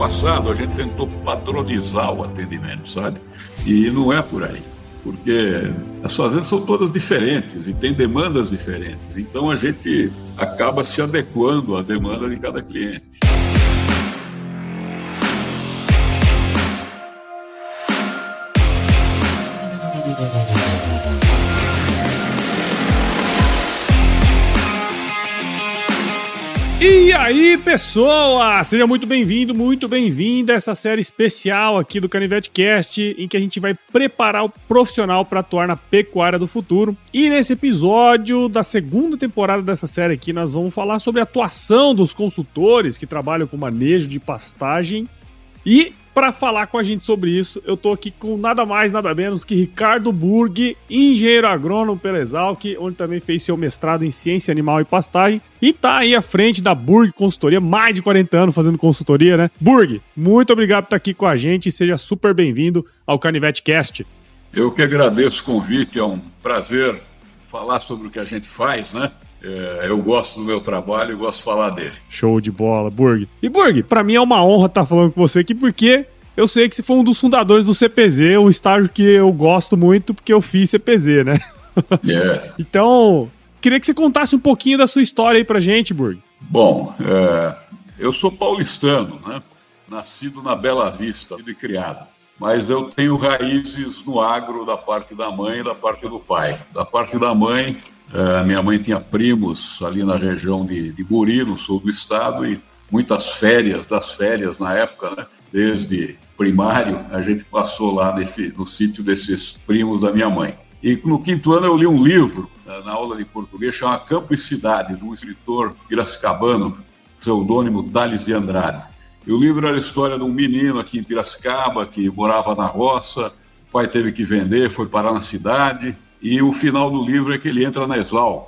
passado a gente tentou padronizar o atendimento, sabe? E não é por aí, porque as fazendas são todas diferentes e têm demandas diferentes. Então a gente acaba se adequando à demanda de cada cliente. E aí, pessoal, seja muito bem-vindo, muito bem-vinda a essa série especial aqui do CanivetCast, em que a gente vai preparar o profissional para atuar na pecuária do futuro. E nesse episódio da segunda temporada dessa série aqui, nós vamos falar sobre a atuação dos consultores que trabalham com manejo de pastagem. E para falar com a gente sobre isso, eu tô aqui com nada mais, nada menos que Ricardo Burg, engenheiro agrônomo pela Exalc, onde também fez seu mestrado em ciência animal e pastagem, e tá aí à frente da Burg Consultoria, mais de 40 anos fazendo consultoria, né? Burg, muito obrigado por estar aqui com a gente e seja super bem-vindo ao CanivetCast. Eu que agradeço o convite, é um prazer falar sobre o que a gente faz, né? Eu gosto do meu trabalho e gosto de falar dele. Show de bola, Burg. E Burg, pra mim é uma honra estar falando com você aqui, porque eu sei que você foi um dos fundadores do CPZ, um estágio que eu gosto muito, porque eu fiz CPZ, né? Então, queria que você contasse um pouquinho da sua história aí pra gente, Burg. Bom, eu sou paulistano, né? Nascido na Bela Vista e criado. Mas eu tenho raízes no agro da parte da mãe e da parte do pai. Da parte da mãe, minha mãe tinha primos ali na região de Buri, no sul do estado, e muitas férias na época, né? Desde primário, a gente passou lá no sítio desses primos da minha mãe. E no 5º ano eu li um livro, na aula de português, chamado Campo e Cidade, de um escritor piracicabano, pseudônimo Dales de Andrade. E o livro era a história de um menino aqui em Piracicaba, que morava na roça, o pai teve que vender, foi parar na cidade, e o final do livro é que ele entra na Exalc.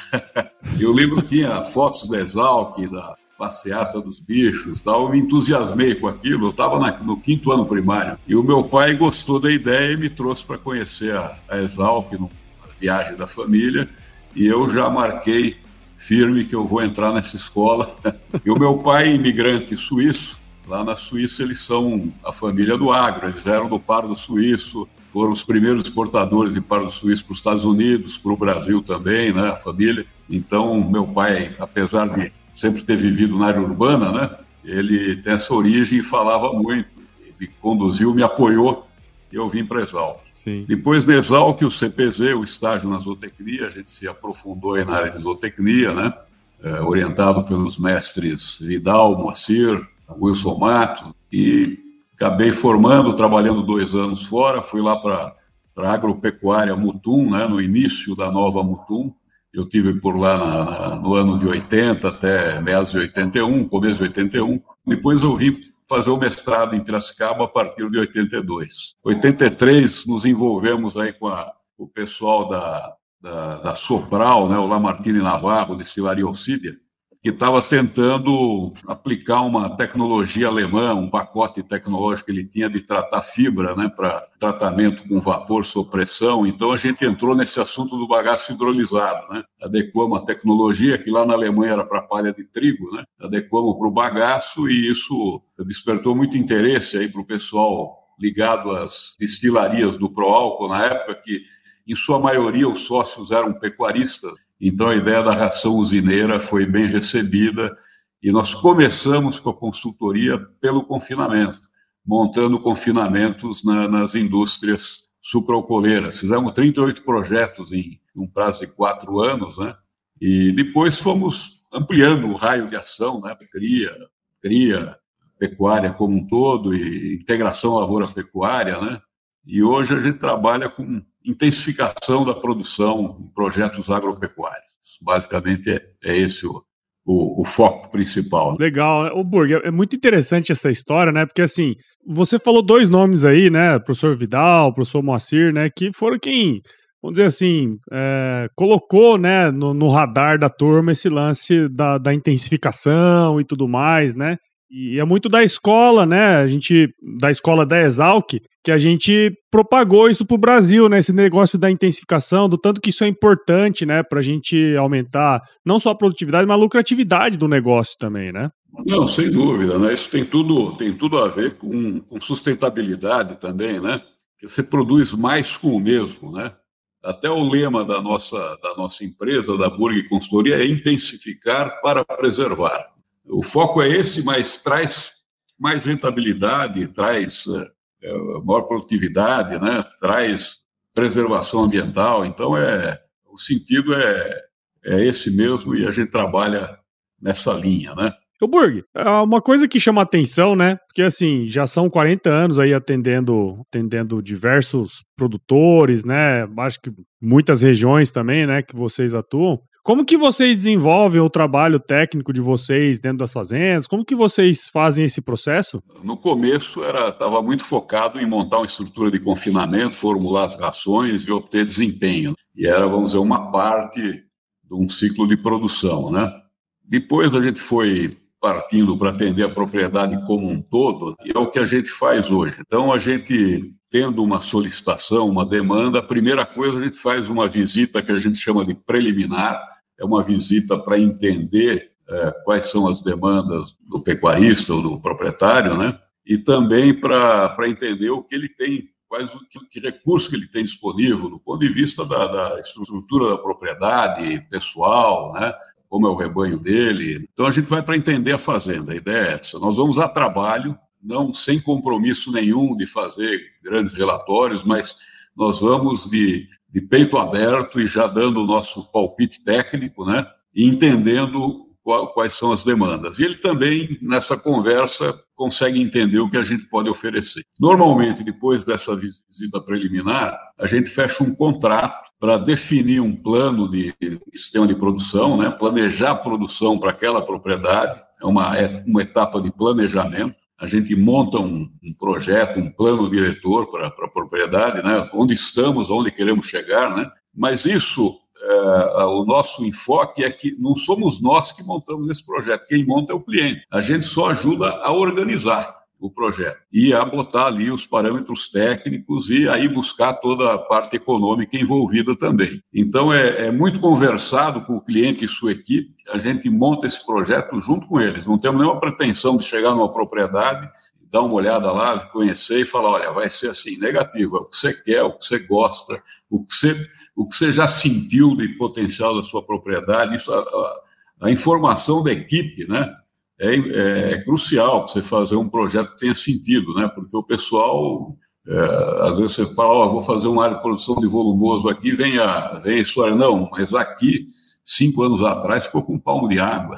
E o livro tinha fotos da Exalc, da passeata dos bichos, tal. Eu me entusiasmei com aquilo, eu estava no 5º ano primário. E o meu pai gostou da ideia e me trouxe para conhecer a Exalc, numa viagem da família, e eu já marquei firme que eu vou entrar nessa escola. E o meu pai, imigrante suíço, lá na Suíça eles são a família do agro, eles eram do pardo suíço, foram os primeiros exportadores de pardo suíço para os Estados Unidos, para o Brasil também, né, a família. Então, meu pai, apesar de sempre ter vivido na área urbana, né, ele tem essa origem e falava muito, me conduziu, me apoiou, e eu vim para a Exalc. Sim. Depois da Exalc, o CPZ, o estágio na zootecnia, a gente se aprofundou aí na área de zootecnia, né, orientado pelos mestres Vidal, Moacir, Wilson Matos, e acabei formando, trabalhando 2 anos fora, fui lá para a agropecuária Mutum, né, no início da nova Mutum. Eu tive por lá no ano de 80 até meados de 81, começo de 81. Depois eu vim fazer o mestrado em Piracicaba a partir de 82. Em 83 nos envolvemos aí com o pessoal da Sopral, né, o Lamartine Navarro, destilaria Alcídia, que estava tentando aplicar uma tecnologia alemã, um pacote tecnológico que ele tinha de tratar fibra, né, para tratamento com vapor sob pressão. Então a gente entrou nesse assunto do bagaço hidrolisado, né? Adequamos a tecnologia, que lá na Alemanha era para palha de trigo, né? Adequamos para o bagaço, e isso despertou muito interesse aí para o pessoal ligado às destilarias do Proálcool na época, que em sua maioria os sócios eram pecuaristas. Então a ideia da ração usineira foi bem recebida e nós começamos com a consultoria pelo confinamento, montando confinamentos nas indústrias sucroalcooleiras. Fizemos 38 projetos em um prazo de 4 anos, né? E depois fomos ampliando o raio de ação, né? Cria, pecuária como um todo e integração lavoura-pecuária, né? E hoje a gente trabalha com intensificação da produção em projetos agropecuários. Basicamente é esse o foco principal. Legal. Ô, Burg, é muito interessante essa história, né? Porque, assim, você falou 2 nomes aí, né? Professor Vidal, professor Moacir, né? Que foram quem, vamos dizer assim, colocou, né, no radar da turma esse lance da intensificação e tudo mais, né? E é muito da escola, né? Da escola da Exalc, que a gente propagou isso pro Brasil, né? Esse negócio da intensificação, do tanto que isso é importante, né? Pra gente aumentar não só a produtividade, mas a lucratividade do negócio também, né? Não, sem dúvida, né? Isso tem tudo a ver com sustentabilidade também, né? Que você produz mais com o mesmo, né? Até o lema da nossa empresa, da Burg Consultoria, é intensificar para preservar. O foco é esse, mas traz mais rentabilidade, traz maior produtividade, né? Traz preservação ambiental. Então, o sentido é esse mesmo e a gente trabalha nessa linha, né? Ô, Burg, uma coisa que chama atenção, né? Porque, assim, já são 40 anos aí atendendo diversos produtores, né? Acho que muitas regiões também, né? Que vocês atuam. Como que vocês desenvolvem o trabalho técnico de vocês dentro das fazendas? Como que vocês fazem esse processo? No começo, estava muito focado em montar uma estrutura de confinamento, formular as rações e obter desempenho. E era, vamos dizer, uma parte de um ciclo de produção, né? Depois a gente foi partindo para atender a propriedade como um todo, e é o que a gente faz hoje. Então, a gente, tendo uma solicitação, uma demanda, a primeira coisa a gente faz uma visita que a gente chama de preliminar, é uma visita para entender quais são as demandas do pecuarista ou do proprietário, né? E também para entender o que ele tem, que recurso que ele tem disponível do ponto de vista da estrutura da propriedade, pessoal, né? Como é o rebanho dele. Então, a gente vai para entender a fazenda. A ideia é essa. Nós vamos a trabalho, não sem compromisso nenhum de fazer grandes relatórios, mas nós vamos de peito aberto e já dando o nosso palpite técnico, né? E entendendo quais são as demandas. E ele também, nessa conversa, consegue entender o que a gente pode oferecer. Normalmente, depois dessa visita preliminar, a gente fecha um contrato para definir um plano de sistema de produção, né? Planejar a produção para aquela propriedade, é uma etapa de planejamento. A gente monta um projeto, um plano diretor para a propriedade, né? Onde estamos, onde queremos chegar, né? Mas isso, o nosso enfoque é que não somos nós que montamos esse projeto, quem monta é o cliente. A gente só ajuda a organizar o projeto e a botar ali os parâmetros técnicos e aí buscar toda a parte econômica envolvida também. Então, é muito conversado com o cliente e sua equipe, a gente monta esse projeto junto com eles. Não temos nenhuma pretensão de chegar numa propriedade, dar uma olhada lá, conhecer e falar, olha, vai ser assim, negativo, é o que você quer, o que você gosta, o que você já sentiu de potencial da sua propriedade, isso, a informação da equipe, né? É crucial para você fazer um projeto que tenha sentido, né? Porque o pessoal, às vezes você fala, vou fazer uma área de produção de volumoso aqui, vem a história, não, mas aqui, 5 anos atrás, ficou com um palmo de água.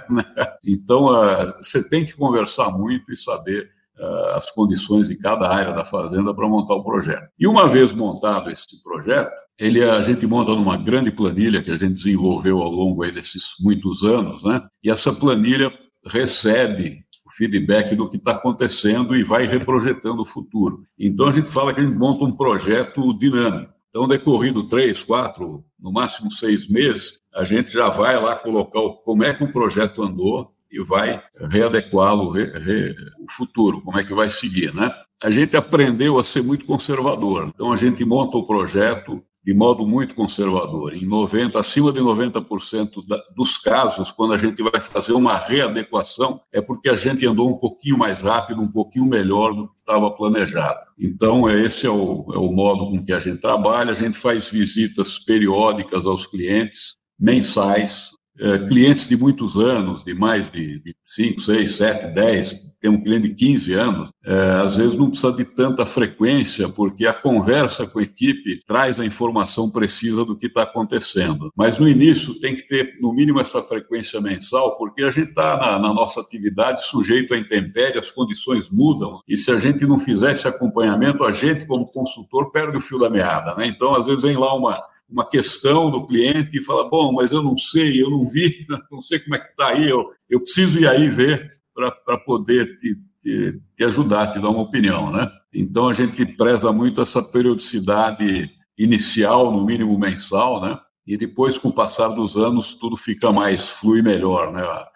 Então, você tem que conversar muito e saber as condições de cada área da fazenda para montar o projeto. E uma vez montado esse projeto, a gente monta numa grande planilha que a gente desenvolveu ao longo aí desses muitos anos, né? E essa planilha recebe o feedback do que está acontecendo e vai reprojetando o futuro. Então, a gente fala que a gente monta um projeto dinâmico. Então, decorrido 3, 4, no máximo 6 meses, a gente já vai lá colocar como é que o projeto andou e vai readequá-lo, o futuro, como é que vai seguir, né? A gente aprendeu a ser muito conservador. Então, a gente monta o projeto de modo muito conservador. Acima de 90% dos casos, quando a gente vai fazer uma readequação, é porque a gente andou um pouquinho mais rápido, um pouquinho melhor do que estava planejado. Então, esse é o modo com que a gente trabalha. A gente faz visitas periódicas aos clientes, mensais, clientes de muitos anos, de mais de 5, 6, 7, 10, tem um cliente de 15 anos, às vezes não precisa de tanta frequência, porque a conversa com a equipe traz a informação precisa do que está acontecendo. Mas no início tem que ter, no mínimo, essa frequência mensal, porque a gente está na nossa atividade sujeito à intempérie, as condições mudam, e se a gente não fizer esse acompanhamento, a gente, como consultor, perde o fio da meada, né? Então, às vezes, vem lá uma questão do cliente e fala, bom, mas eu não sei, eu não vi, não sei como é que está aí, eu preciso ir aí ver para poder te ajudar, te dar uma opinião, né? Então, a gente preza muito essa periodicidade inicial, no mínimo mensal, né? E depois, com o passar dos anos, tudo fica flui melhor, né?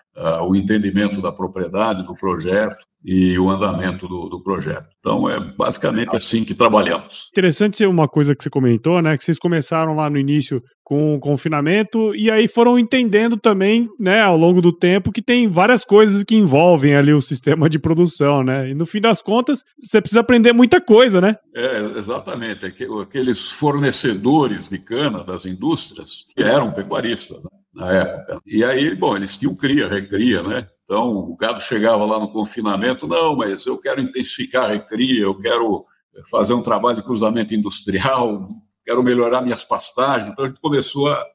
o entendimento da propriedade, do projeto e o andamento do projeto. Então, é basicamente assim que trabalhamos. Interessante ser uma coisa que você comentou, né? Que vocês começaram lá no início com o confinamento e aí foram entendendo também, né, ao longo do tempo, que tem várias coisas que envolvem ali o sistema de produção, né? E no fim das contas, você precisa aprender muita coisa, né? Exatamente. Aqueles fornecedores de cana das indústrias que eram pecuaristas, né, na época. E aí, bom, eles tinham cria, recria, né? Então, o gado chegava lá no confinamento, não, mas eu quero intensificar a recria, eu quero fazer um trabalho de cruzamento industrial, quero melhorar minhas pastagens. Então, a gente começou a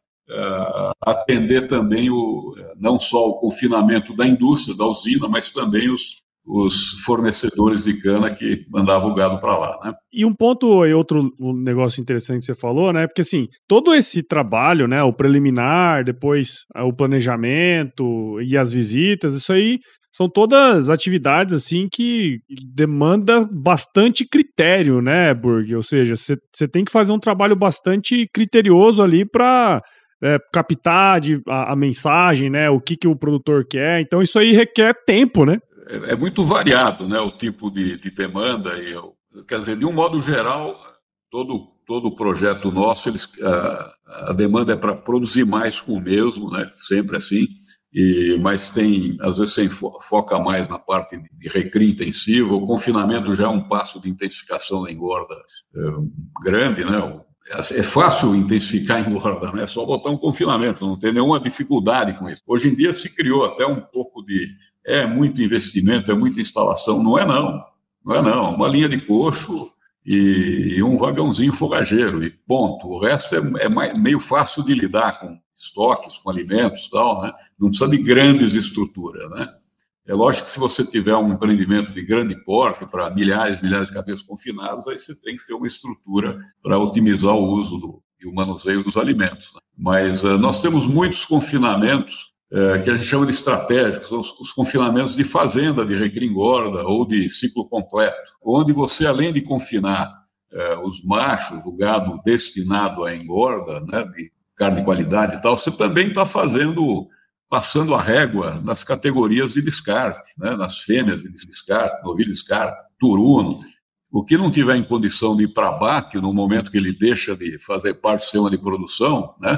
atender também não só o confinamento da indústria, da usina, mas também os fornecedores de cana que mandavam o gado para lá, né? E um ponto e outro negócio interessante que você falou, né? Porque assim, todo esse trabalho, né? O preliminar, depois o planejamento e as visitas, isso aí são todas atividades assim que demanda bastante critério, né, Burg? Ou seja, você tem que fazer um trabalho bastante criterioso ali para captar a mensagem, né? O que o produtor quer. Então isso aí requer tempo, né? É muito variado, né, o tipo de demanda. Quer dizer, de um modo geral, todo projeto nosso, a demanda é para produzir mais com o mesmo, né, sempre assim, mas às vezes você foca mais na parte de recria intensiva. O confinamento já é um passo de intensificação da engorda grande, né? É fácil intensificar a engorda, né? É só botar um confinamento, não tem nenhuma dificuldade com isso. Hoje em dia se criou até um pouco muito investimento, é muita instalação. Não é não. Uma linha de coxo e um vagãozinho fogageiro e ponto. O resto é meio fácil de lidar com estoques, com alimentos e tal, né? Não precisa de grandes estruturas, né? É lógico que se você tiver um empreendimento de grande porte para milhares de cabeças confinadas, aí você tem que ter uma estrutura para otimizar o uso e o manuseio dos alimentos, né? Mas nós temos muitos confinamentos que a gente chama de estratégicos, são os confinamentos de fazenda, de recria engorda ou de ciclo completo, onde você, além de confinar os machos, o gado destinado à engorda, né, de carne de qualidade e tal, você também está passando a régua nas categorias de descarte, né, nas fêmeas de descarte, novilho de descarte, turuno. O que não tiver em condição de ir para abate no momento que ele deixa de fazer parte do sistema de produção, né,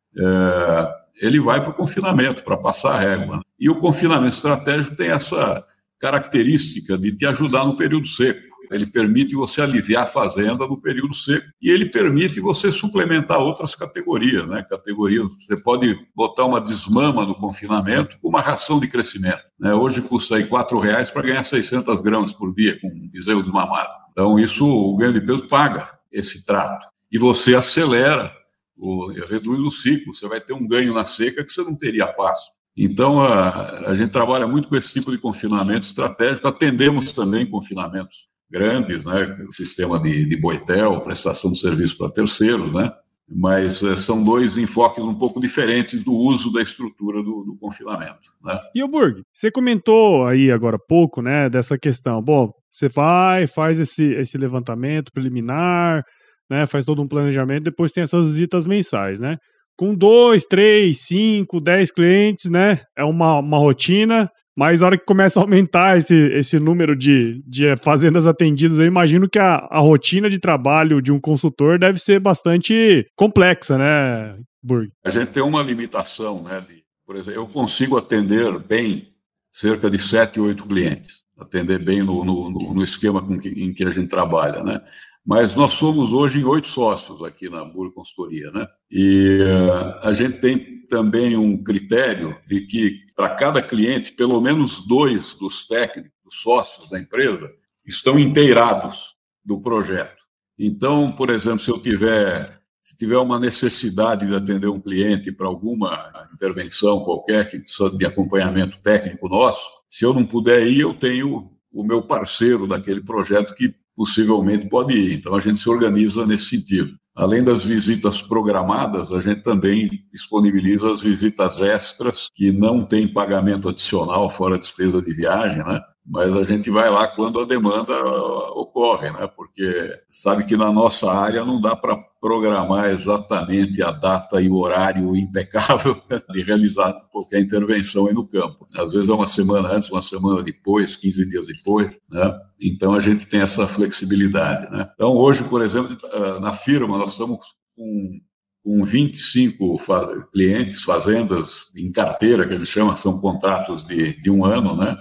ele vai para o confinamento, para passar a régua. E o confinamento estratégico tem essa característica de te ajudar no período seco. Ele permite você aliviar a fazenda no período seco e ele permite você suplementar outras categorias, né? Você pode botar uma desmama no confinamento com uma ração de crescimento, né? Hoje custa aí R$4 para ganhar 600 gramas por dia com um bezerro desmamado. Então, o ganho de peso paga esse trato. E você acelera, reduz o ciclo, você vai ter um ganho na seca que você não teria a pasto. Então, a gente trabalha muito com esse tipo de confinamento estratégico, atendemos também confinamentos grandes, né, sistema de boitel, prestação de serviço para terceiros, né, mas são dois enfoques um pouco diferentes do uso da estrutura do confinamento, né. E o Burg, você comentou aí agora há pouco, né, dessa questão. Bom, você faz esse levantamento preliminar, né, faz todo um planejamento, depois tem essas visitas mensais, né? Com 2, 3, 5, 10 clientes, né? É uma rotina, mas a hora que começa a aumentar esse número de fazendas atendidas, eu imagino que a rotina de trabalho de um consultor deve ser bastante complexa, né, Burg? A gente tem uma limitação, né? Por exemplo, eu consigo atender bem cerca de 7, 8 clientes, atender bem no esquema em que a gente trabalha, né? Mas nós somos hoje em 8 sócios aqui na Burg Consultoria, né? E a gente tem também um critério de que, para cada cliente, pelo menos 2 dos técnicos, dos sócios da empresa, estão inteirados do projeto. Então, por exemplo, se tiver uma necessidade de atender um cliente para alguma intervenção qualquer que precisa de acompanhamento técnico nosso, se eu não puder ir, eu tenho o meu parceiro daquele projeto que possivelmente pode ir. Então, a gente se organiza nesse sentido. Além das visitas programadas, a gente também disponibiliza as visitas extras, que não tem pagamento adicional, fora despesa de viagem, né? Mas a gente vai lá quando a demanda ocorre, né? Porque sabe que na nossa área não dá para programar exatamente a data e o horário impecável de realizar qualquer intervenção aí no campo. Às vezes é uma semana antes, uma semana depois, 15 dias depois, né? Então a gente tem essa flexibilidade, né? Então hoje, por exemplo, na firma nós estamos com 25 clientes, fazendas em carteira, que a gente chama, são contratos de um ano, né?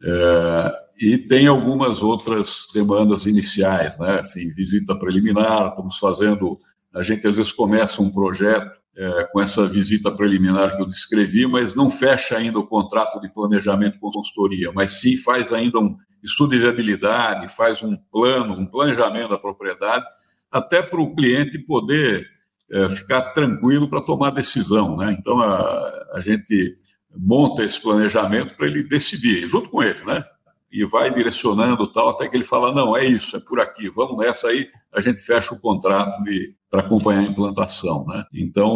E tem algumas outras demandas iniciais, né? Assim, visita preliminar, estamos fazendo... A gente, às vezes, começa um projeto com essa visita preliminar que eu descrevi, mas não fecha ainda o contrato de planejamento com consultoria, mas sim faz ainda um estudo de viabilidade, faz um plano, um planejamento da propriedade, até para o cliente poder ficar tranquilo para tomar decisão, né? Então, a gente monta esse planejamento para ele decidir, junto com ele, né? E vai direcionando tal, até que ele fala, não, é isso, é por aqui, vamos nessa aí, a gente fecha o contrato para acompanhar a implantação, né? Então,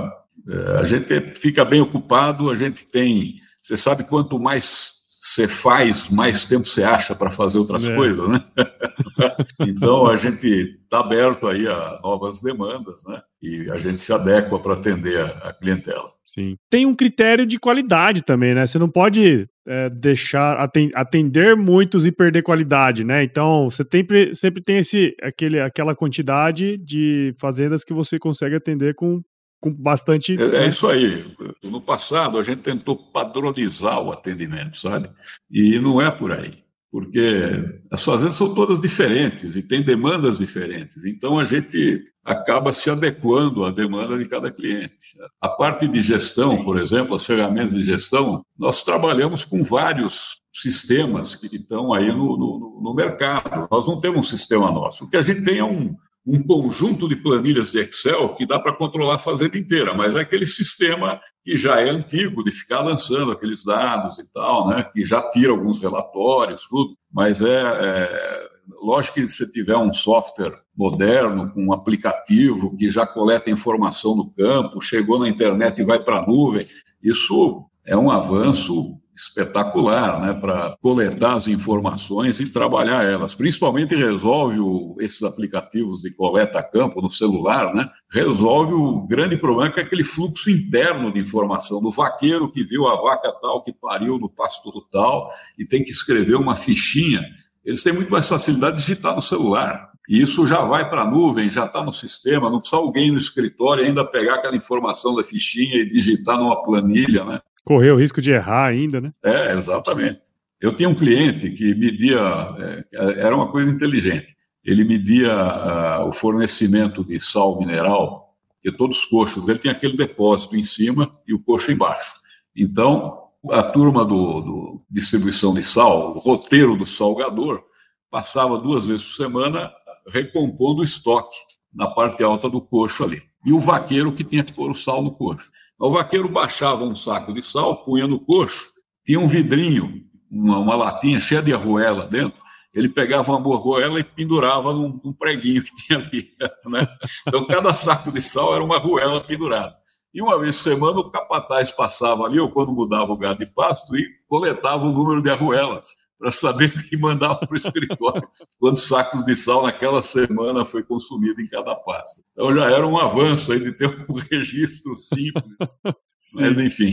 a gente fica bem ocupado, a gente tem... Você sabe, quanto mais você faz, mais tempo você acha para fazer outras coisas, né? Então, a gente está aberto aí a novas demandas, né? E a gente se adequa para atender a clientela. Sim. Tem um critério de qualidade também, né? Você não pode deixar atender muitos e perder qualidade, né? Então, você sempre tem aquela quantidade de fazendas que você consegue atender com bastante... É isso aí. No passado, a gente tentou padronizar o atendimento, sabe? E não é por aí, porque as fazendas são todas diferentes e têm demandas diferentes. Então, a gente acaba se adequando à demanda de cada cliente. A parte de gestão, por exemplo, as ferramentas de gestão, nós trabalhamos com vários sistemas que estão aí no mercado. Nós não temos um sistema nosso. O que a gente tem é um conjunto de planilhas de Excel que dá para controlar a fazenda inteira, mas é aquele sistema que já é antigo, de ficar lançando aqueles dados e tal, né? Que já tira alguns relatórios, tudo, mas lógico que se tiver um software moderno, com um aplicativo que já coleta informação no campo, chegou na internet e vai para a nuvem, isso é um avanço espetacular, né, para coletar as informações e trabalhar elas. Principalmente resolve esses aplicativos de coleta a campo no celular, né, resolve o grande problema, que é aquele fluxo interno de informação do vaqueiro que viu a vaca tal que pariu no pasto tal e tem que escrever uma fichinha. Eles têm muito mais facilidade de digitar no celular. E isso já vai para a nuvem, já está no sistema, não precisa alguém no escritório ainda pegar aquela informação da fichinha e digitar numa planilha, né? Correr o risco de errar ainda, né? Exatamente. Eu tinha um cliente que media, era uma coisa inteligente, ele media o fornecimento de sal mineral, porque todos os coxos dele tem aquele depósito em cima e o coxo embaixo. Então, a turma do distribuição de sal, o roteiro do salgador, passava 2 vezes por semana recompondo o estoque na parte alta do coxo ali. E o vaqueiro que tinha que pôr o sal no coxo. O vaqueiro baixava um saco de sal, punha no coxo, tinha um vidrinho, uma latinha cheia de arruela dentro, ele pegava uma arruela e pendurava num preguinho que tinha ali, né? Então, cada saco de sal era uma arruela pendurada. E uma vez por semana o capataz passava ali, ou quando mudava o gado de pasto, e coletava o número de arruelas, para saber que mandava para o escritório quantos sacos de sal naquela semana foi consumido em cada pasta. Então já era um avanço aí de ter um registro simples. Mas enfim.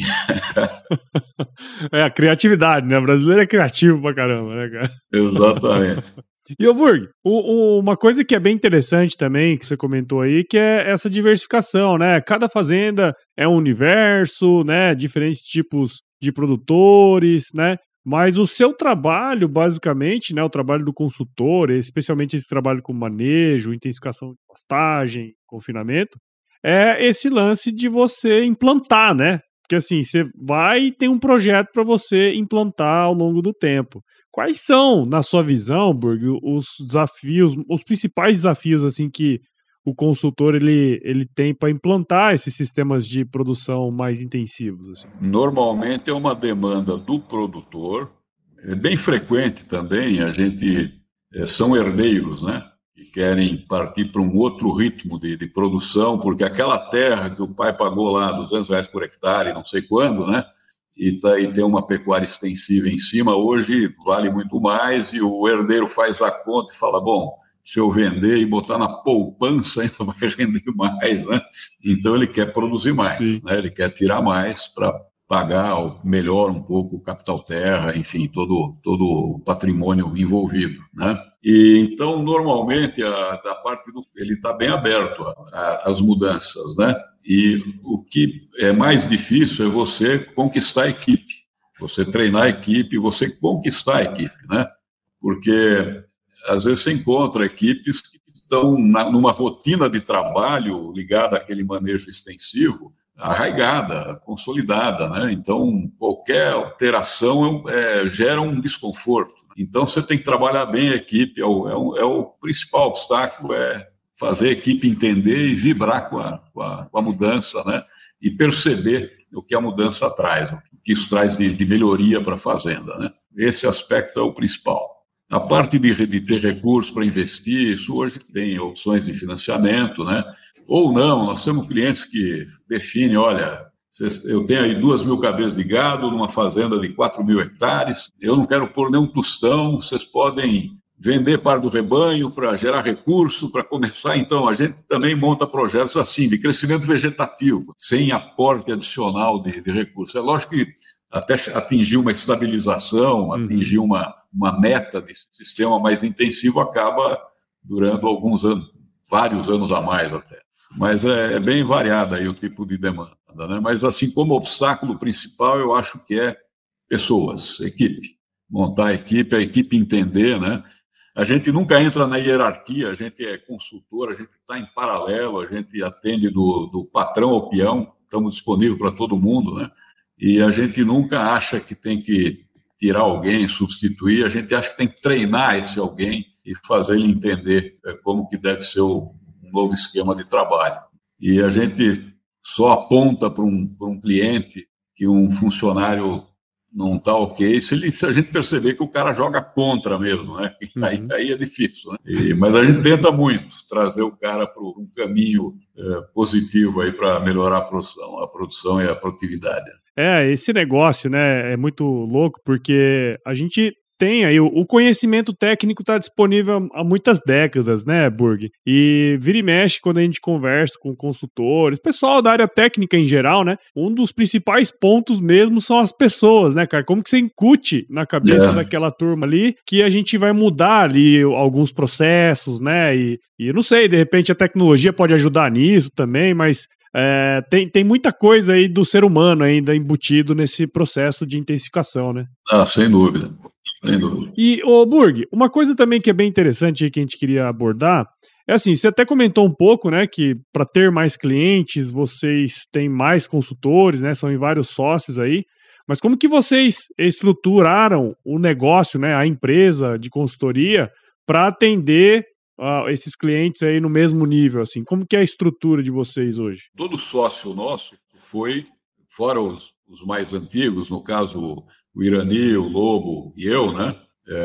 A criatividade, né? O brasileiro é criativo pra caramba, né, cara? Exatamente. E, Burg, uma coisa que é bem interessante também, que você comentou aí, que é essa diversificação, né? Cada fazenda é um universo, né? Diferentes tipos de produtores, né? Mas o seu trabalho, basicamente, né, o trabalho do consultor, especialmente esse trabalho com manejo, intensificação de pastagem, confinamento, é esse lance de você implantar, né? Porque assim, você vai e tem um projeto para você implantar ao longo do tempo. Quais são, na sua visão, Burg, os desafios, os principais desafios assim que o consultor ele tem para implantar esses sistemas de produção mais intensivos? Assim? Normalmente é uma demanda do produtor, é bem frequente também, a gente são herdeiros, né? Que querem partir para um outro ritmo de produção, porque aquela terra que o pai pagou lá R$200 por hectare, não sei quando, né? E tem uma pecuária extensiva em cima, hoje vale muito mais, e o herdeiro faz a conta e fala, bom, se eu vender e botar na poupança, ainda vai render mais, né? Então, ele quer produzir mais, né? Ele quer tirar mais para pagar melhor um pouco o capital terra, enfim, todo o patrimônio envolvido, né? E então, normalmente, da parte ele está bem aberto às mudanças, né? E o que é mais difícil é você conquistar a equipe, você treinar a equipe, você conquistar a equipe, né? Porque às vezes você encontra equipes que estão numa rotina de trabalho ligada àquele manejo extensivo, arraigada, consolidada, né? Então, qualquer alteração gera um desconforto. Então, você tem que trabalhar bem a equipe, é o principal obstáculo, é fazer a equipe entender e vibrar com a mudança, né? E perceber o que a mudança traz, o que isso traz de melhoria para a fazenda, né? Esse aspecto é o principal. A parte de ter recursos para investir, isso hoje tem opções de financiamento, né? Ou não, nós temos clientes que definem, olha, eu tenho aí 2.000 cabeças de gado numa fazenda de 4.000 hectares, eu não quero pôr nenhum tostão, vocês podem vender parte do rebanho para gerar recurso, para começar. Então, a gente também monta projetos assim, de crescimento vegetativo, sem aporte adicional de recursos. É lógico que até atingir uma estabilização, atingir uma meta de sistema mais intensivo acaba durando alguns anos, vários anos a mais até. Mas é bem variada aí o tipo de demanda, né? Mas assim, como obstáculo principal, eu acho que é pessoas, equipe. Montar a equipe entender, né? A gente nunca entra na hierarquia, a gente é consultor, a gente está em paralelo, a gente atende do patrão ao peão, estamos disponíveis para todo mundo, né? E a gente nunca acha que tem que tirar alguém, substituir, a gente acha que tem que treinar esse alguém e fazer ele entender como que deve ser um novo esquema de trabalho. E a gente só aponta para um cliente que um funcionário não está ok, se a gente perceber que o cara joga contra mesmo, né? Aí é difícil, né? Mas a gente tenta muito trazer o cara para um caminho positivo aí para melhorar a produção e a produtividade. Esse negócio, né, é muito louco, porque a gente tem aí, o conhecimento técnico está disponível há muitas décadas, né, Burg? E vira e mexe quando a gente conversa com consultores, pessoal da área técnica em geral, né? Um dos principais pontos mesmo são as pessoas, né, cara? Como que você incute na cabeça daquela turma ali que a gente vai mudar ali alguns processos, né? E não sei, de repente a tecnologia pode ajudar nisso também, mas tem muita coisa aí do ser humano ainda embutido nesse processo de intensificação, né? Sem dúvida. Sem dúvida. E, Burg, uma coisa também que é bem interessante aí que a gente queria abordar é assim, você até comentou um pouco, né, que para ter mais clientes, vocês têm mais consultores, né, são em vários sócios aí, mas como que vocês estruturaram o negócio, né, a empresa de consultoria para atender esses clientes aí no mesmo nível, assim? Como que é a estrutura de vocês hoje? Todo sócio nosso foi, fora os mais antigos, no caso o Irani, o Lobo e eu, né?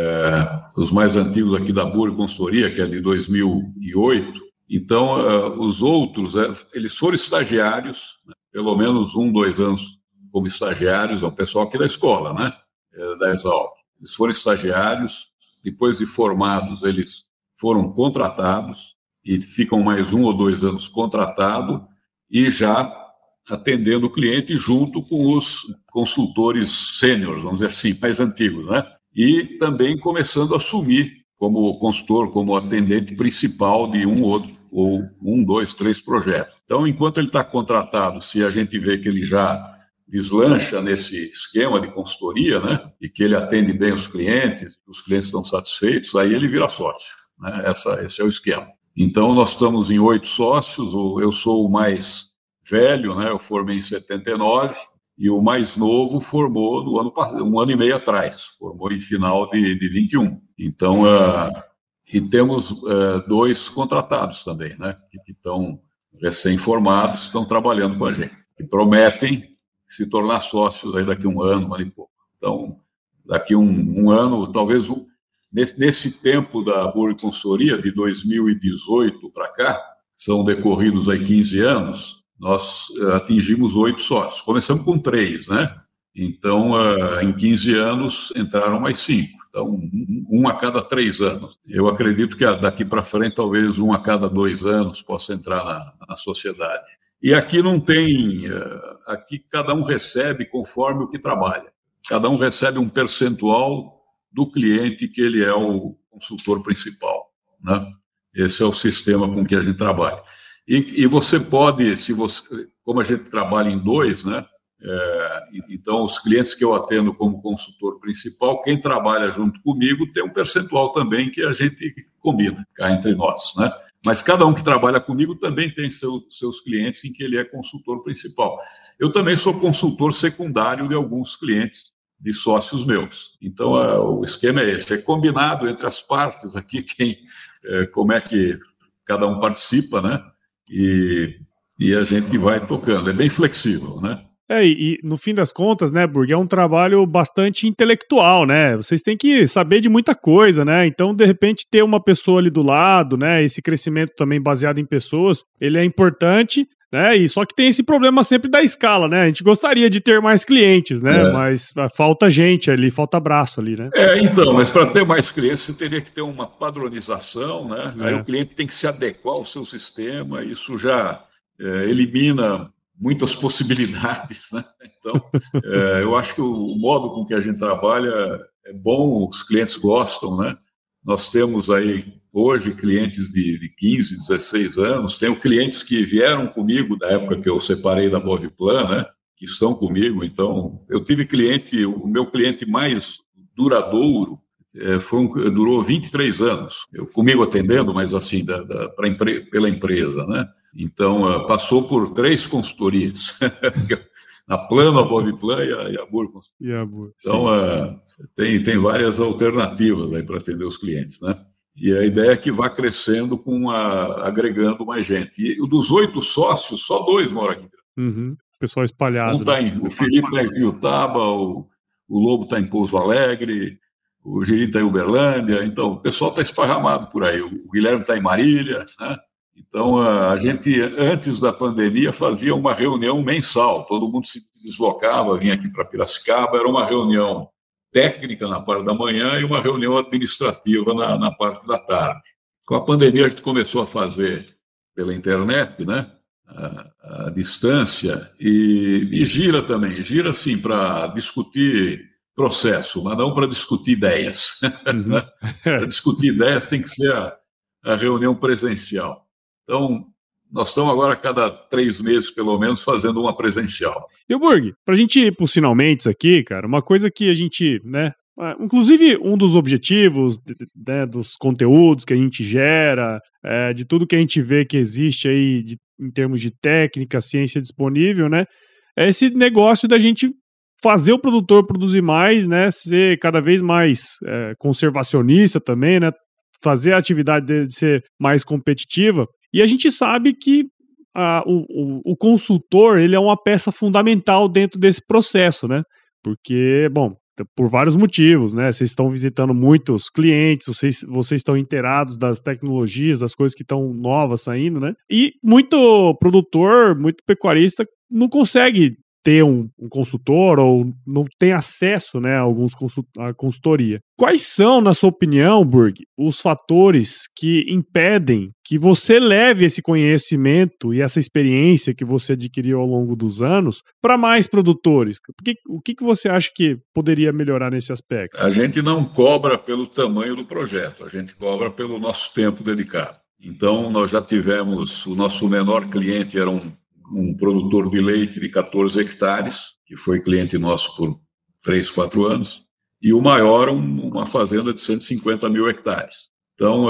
Os mais antigos aqui da Burg Consultoria, que é de 2008. Então, os outros, eles foram estagiários, né? Pelo menos 2 anos como estagiários, é o pessoal aqui da escola, né? Da Exalc. Eles foram estagiários, depois de formados, eles foram contratados e ficam mais 1 ou 2 anos contratados e já atendendo o cliente junto com os consultores sêniores, vamos dizer assim, mais antigos, né? E também começando a assumir como consultor, como atendente principal de ou 1, 2, 3 projetos. Então, enquanto ele está contratado, se a gente vê que ele já deslancha nesse esquema de consultoria, né? E que ele atende bem os clientes estão satisfeitos, aí ele vira sócio, né? Esse é o esquema. Então, nós estamos em 8 sócios, eu sou o mais velho, né? Eu formei em 79 e o mais novo formou no ano passado, 1 ano e meio atrás, formou em final de 21. Então, e temos 2 contratados também, né? Que estão recém-formados, estão trabalhando com a gente, que prometem se tornar sócios aí daqui a 1 ano, 1 ano e pouco. Então, daqui a um ano, talvez nesse tempo da Burg Consultoria, de 2018 para cá, são decorridos aí 15 anos, nós atingimos 8 sócios. Começamos com 3, né? Então, em 15 anos, entraram mais 5. Então, um a cada 3 anos. Eu acredito que daqui para frente, talvez um a cada 2 anos possa entrar na sociedade. E aqui não tem... Aqui cada um recebe conforme o que trabalha. Cada um recebe um percentual do cliente que ele é o consultor principal, né? Esse é o sistema com que a gente trabalha. E você pode, como a gente trabalha em 2, né? Então, os clientes que eu atendo como consultor principal, quem trabalha junto comigo tem um percentual também que a gente combina cá entre nós, né? Mas cada um que trabalha comigo também tem seus clientes em que ele é consultor principal. Eu também sou consultor secundário de alguns clientes de sócios meus. Então, o esquema é esse, é combinado entre as partes aqui, como é que cada um participa, né? E a gente vai tocando, é bem flexível, né? E no fim das contas, né, Burg, é um trabalho bastante intelectual, né? Vocês têm que saber de muita coisa, né? Então, de repente, ter uma pessoa ali do lado, né? Esse crescimento também baseado em pessoas, ele é importante, né? E só que tem esse problema sempre da escala, né? A gente gostaria de ter mais clientes, né? Mas falta gente ali, falta braço ali, né? Então, mas para ter mais clientes, você teria que ter uma padronização, né? Aí o cliente tem que se adequar ao seu sistema, isso já elimina muitas possibilidades, né? Então, eu acho que o modo com que a gente trabalha é bom, os clientes gostam, né? Nós temos aí, hoje, clientes de 15, 16 anos, tenho clientes que vieram comigo da época que eu separei da Moviplan, né? Que estão comigo, então, eu tive o meu cliente mais duradouro, durou 23 anos, comigo atendendo, mas assim, pela empresa, né? Então, passou por 3 consultorias, a Plano, a Moviplan e a Burr. Então, tem várias alternativas aí para atender os clientes, né? E a ideia é que vá crescendo agregando mais gente. E dos 8 sócios, só 2 moram aqui. Pessoal espalhado. O Felipe está em Piutaba, o Lobo está em Pouso Alegre, o Giri está em Uberlândia. Então, o pessoal está esparramado por aí. O Guilherme está em Marília, né? Então, a gente, antes da pandemia, fazia uma reunião mensal. Todo mundo se deslocava, vinha aqui para Piracicaba. Era uma reunião técnica na parte da manhã e uma reunião administrativa na parte da tarde. Com a pandemia, a gente começou a fazer pela internet, né? A distância. E gira também. Gira, sim, para discutir processo, mas não para discutir ideias. Né? Para discutir ideias tem que ser a reunião presencial. Então, nós estamos agora a cada 3 meses, pelo menos, fazendo uma presencial. E, Burg, para a gente ir para os finalmente aqui, cara, uma coisa que a gente, né, inclusive um dos objetivos, né, dos conteúdos que a gente gera, de tudo que a gente vê que existe aí em termos de técnica, ciência disponível, né, é esse negócio da gente fazer o produtor produzir mais, né, ser cada vez mais conservacionista também, né, fazer a atividade de ser mais competitiva. E a gente sabe que o consultor, ele é uma peça fundamental dentro desse processo, né? Porque, bom, por vários motivos, né? Vocês estão visitando muitos clientes, vocês estão inteirados das tecnologias, das coisas que estão novas saindo, né? E muito produtor, muito pecuarista não consegue ter um consultor ou não tem acesso, né, a consultoria. Quais são, na sua opinião, Burg, os fatores que impedem que você leve esse conhecimento e essa experiência que você adquiriu ao longo dos anos para mais produtores? O que você acha que poderia melhorar nesse aspecto? A gente não cobra pelo tamanho do projeto, a gente cobra pelo nosso tempo dedicado. Então, nós já tivemos, o nosso menor cliente era um produtor de leite de 14 hectares, que foi cliente nosso por 3, 4 anos, e o maior, uma fazenda de 150 mil hectares. Então,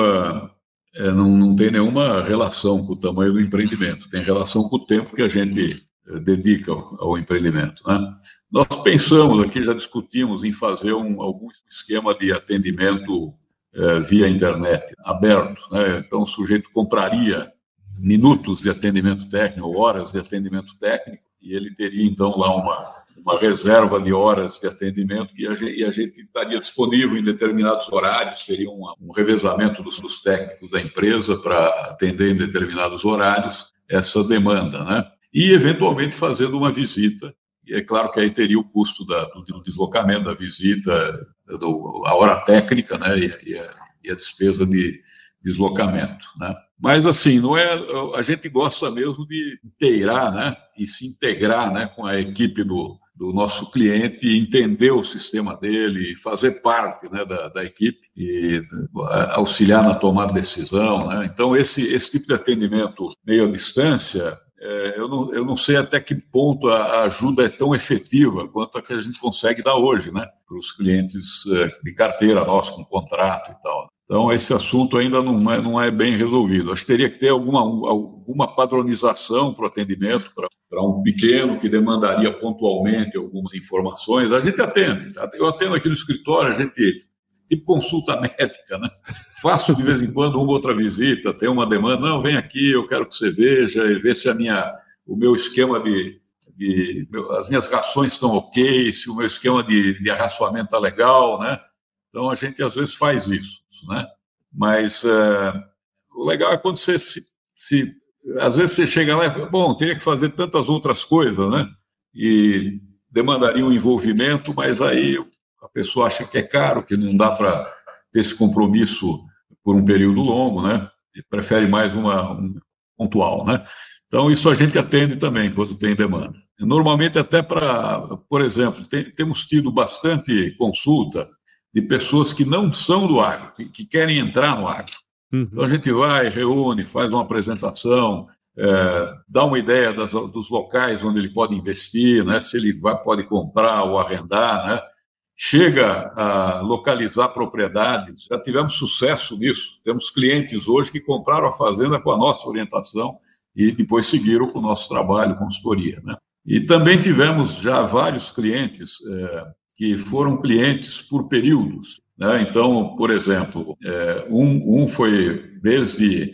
não tem nenhuma relação com o tamanho do empreendimento, tem relação com o tempo que a gente dedica ao empreendimento, né? Nós pensamos aqui, já discutimos em fazer algum esquema de atendimento via internet, aberto, né? Então, o sujeito compraria minutos de atendimento técnico, horas de atendimento técnico, e ele teria, então, lá uma reserva de horas de atendimento e a gente estaria disponível em determinados horários, seria um revezamento dos técnicos da empresa para atender em determinados horários essa demanda, né? E, eventualmente, fazendo uma visita, E é claro que aí teria o custo do deslocamento, da visita, a hora técnica, né, e a despesa de deslocamento, né? Mas, assim, não é, a gente gosta mesmo de inteirar, né, e se integrar, né, com a equipe do nosso cliente, entender o sistema dele, fazer parte, né, da equipe e auxiliar na tomada de decisão, né? Então, esse tipo de atendimento meio à distância, eu não sei até que ponto a ajuda é tão efetiva quanto a que a gente consegue dar hoje, né, para os clientes de carteira nossa, com contrato e tal. Então, esse assunto ainda não é bem resolvido. Acho que teria que ter alguma padronização para o atendimento, para um pequeno que demandaria pontualmente algumas informações. A gente atende. Eu atendo aqui no escritório, a gente, tipo consulta médica, né? Faço de vez em quando uma outra visita, tem uma demanda, não, vem aqui, eu quero que você veja e vê se o meu esquema as minhas rações estão ok, se o meu esquema de arraçoamento está legal, né? Então, a gente às vezes faz isso, né? Mas o legal é quando você às vezes você chega lá e fala, bom, teria que fazer tantas outras coisas, né? E demandaria um envolvimento, mas aí a pessoa acha que é caro, que não dá para ter esse compromisso por um período longo, né? E prefere mais um pontual, né? Então, isso a gente atende também quando tem demanda. Normalmente, até por exemplo, temos tido bastante consulta de pessoas que não são do agro, que querem entrar no agro. Uhum. Então, a gente vai, reúne, faz uma apresentação, dá uma ideia dos locais onde ele pode investir, né, se ele pode comprar ou arrendar, né, chega a localizar propriedades. Já tivemos sucesso nisso. Temos clientes hoje que compraram a fazenda com a nossa orientação e depois seguiram com o nosso trabalho, consultoria, né. E também tivemos já vários clientes que foram clientes por períodos, né? Então, por exemplo, um foi desde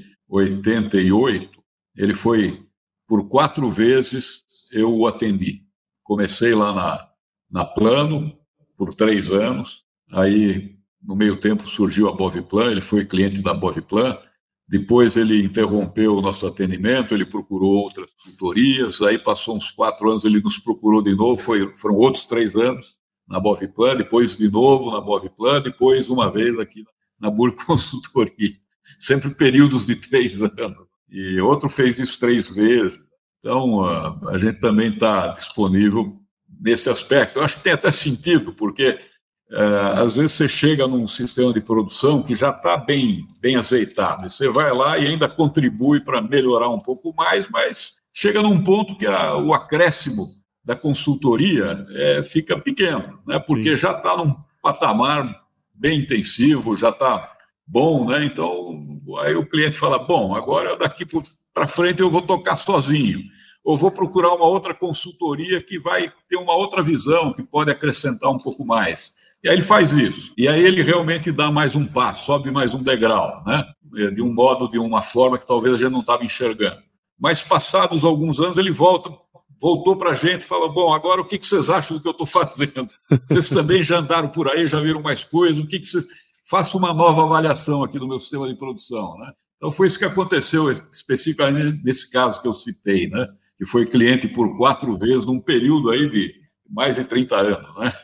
88, ele foi por 4 vezes, eu o atendi. Comecei lá na Plano por 3 anos, aí no meio tempo surgiu a Boviplan, ele foi cliente da Boviplan, depois ele interrompeu o nosso atendimento, ele procurou outras consultorias, aí passou uns 4 anos, ele nos procurou de novo, foram outros 3 anos, na Boviplan, depois de novo na Boviplan, depois uma vez aqui na Burg Consultoria. Sempre períodos de 3 anos. E outro fez isso 3 vezes. Então, a gente também está disponível nesse aspecto. Eu acho que tem até sentido, porque às vezes você chega num sistema de produção que já está bem azeitado. E você vai lá e ainda contribui para melhorar um pouco mais, mas chega num ponto que o acréscimo da consultoria fica pequeno, né? Porque Sim. já está num patamar bem intensivo, já está bom, né? Então, aí o cliente fala, bom, agora daqui para frente eu vou tocar sozinho, ou vou procurar uma outra consultoria que vai ter uma outra visão, que pode acrescentar um pouco mais. E aí ele faz isso. E aí ele realmente dá mais um passo, sobe mais um degrau, né? De um modo, de uma forma que talvez a gente não estava enxergando. Mas passados alguns anos ele voltou para a gente e falou, bom, agora o que vocês acham do que eu estou fazendo? Vocês também já andaram por aí, já viram mais coisas, o que vocês... Faço uma nova avaliação aqui do meu sistema de produção, né? Então, foi isso que aconteceu especificamente nesse caso que eu citei, né? Que foi cliente por 4 vezes num período aí de mais de 30 anos, né?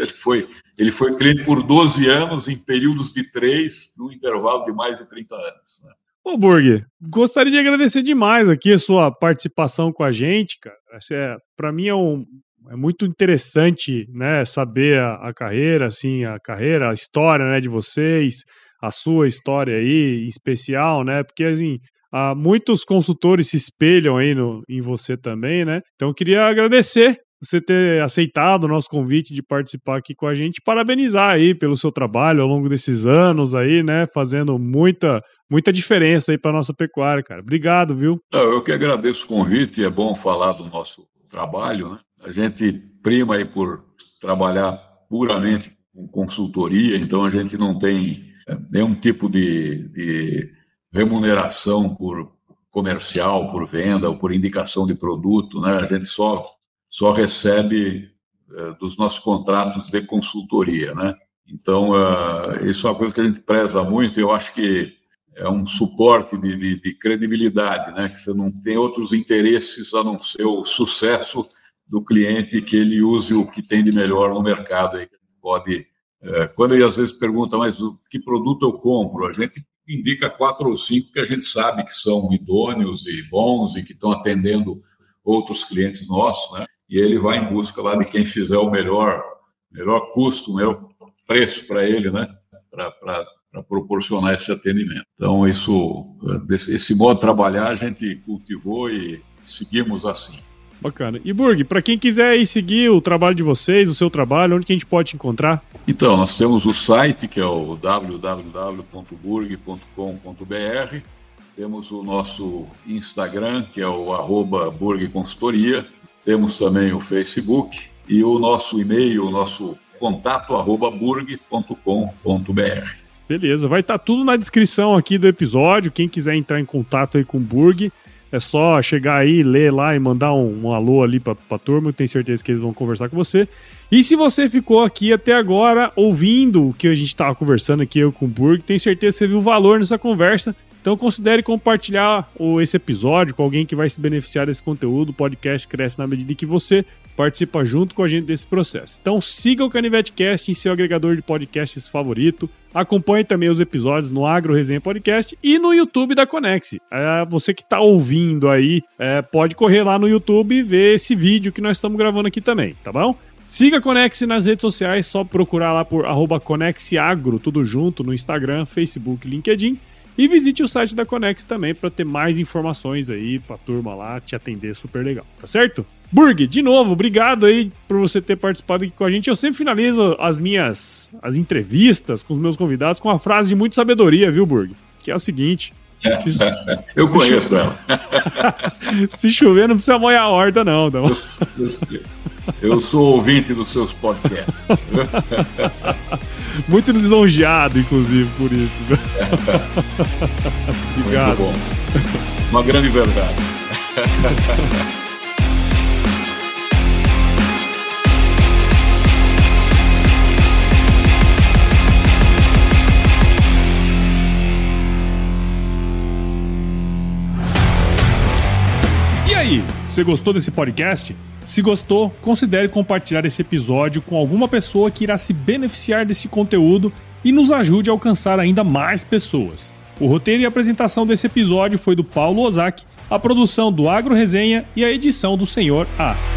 Ele foi cliente por 12 anos em períodos de 3, num intervalo de mais de 30 anos, né? Ô, Burg, gostaria de agradecer demais aqui a sua participação com a gente, cara. Para mim é muito interessante, né, saber a carreira, assim, a história, né, de vocês, a sua história aí, em especial, né, porque, assim, muitos consultores se espelham aí em você também, né, então eu queria agradecer você ter aceitado o nosso convite de participar aqui com a gente, parabenizar aí pelo seu trabalho ao longo desses anos aí, né, fazendo muita diferença aí para nossa pecuária, cara. Obrigado, viu? Eu que agradeço o convite, é bom falar do nosso trabalho, né? A gente prima aí por trabalhar puramente com consultoria, então a gente não tem nenhum tipo de remuneração por comercial, por venda ou por indicação de produto, né? A gente só recebe dos nossos contratos de consultoria, né? Então, isso é uma coisa que a gente preza muito, e eu acho que é um suporte de credibilidade, né? Que você não tem outros interesses a não ser o sucesso do cliente que ele use o que tem de melhor no mercado. Aí, pode, quando ele às vezes pergunta, mas que produto eu compro? A gente indica 4 ou 5 que a gente sabe que são idôneos e bons e que estão atendendo outros clientes nossos, né? E ele vai em busca lá de quem fizer o melhor custo, o melhor preço para ele, né? Para proporcionar esse atendimento. Então, esse modo de trabalhar a gente cultivou e seguimos assim. Bacana. E Burg, para quem quiser aí seguir o trabalho de vocês, o seu trabalho, onde que a gente pode te encontrar? Então, nós temos o site, que é o www.burg.com.br. Temos o nosso Instagram, que é o @burgconsultoria. Temos também o Facebook e o nosso e-mail, o nosso contato @burg.com.br. Beleza, vai estar tudo na descrição aqui do episódio. Quem quiser entrar em contato aí com o Burg, é só chegar aí, ler lá e mandar um alô ali pra turma. Eu tenho certeza que eles vão conversar com você. E se você ficou aqui até agora ouvindo o que a gente estava conversando aqui, eu com o Burg, tenho certeza que você viu valor nessa conversa. Então considere compartilhar esse episódio com alguém que vai se beneficiar desse conteúdo. O podcast cresce na medida que você participa junto com a gente desse processo. Então siga o CanivetCast em seu agregador de podcasts favorito. Acompanhe também os episódios no Agro Resenha Podcast e no YouTube da Conex. Você que está ouvindo aí, pode correr lá no YouTube e ver esse vídeo que nós estamos gravando aqui também, tá bom? Siga a Conex nas redes sociais, só procurar lá por @ConexAgro, tudo junto, no Instagram, Facebook, LinkedIn. E visite o site da Conex também para ter mais informações aí pra turma lá te atender super legal, tá certo? Burg, de novo, obrigado aí por você ter participado aqui com a gente. Eu sempre finalizo as entrevistas com os meus convidados com uma frase de muita sabedoria, viu, Burg? Que é o seguinte... Eu conheço ela. Se chover, não precisa molhar a horta, não. Eu sou ouvinte dos seus podcasts. Muito lisonjeado, inclusive, por isso. Obrigado. Muito bom. Uma grande verdade. E aí, você gostou desse podcast? Se gostou, considere compartilhar esse episódio com alguma pessoa que irá se beneficiar desse conteúdo e nos ajude a alcançar ainda mais pessoas. O roteiro e a apresentação desse episódio foi do Paulo Ozaki, a produção do Agro Resenha e a edição do Senhor A.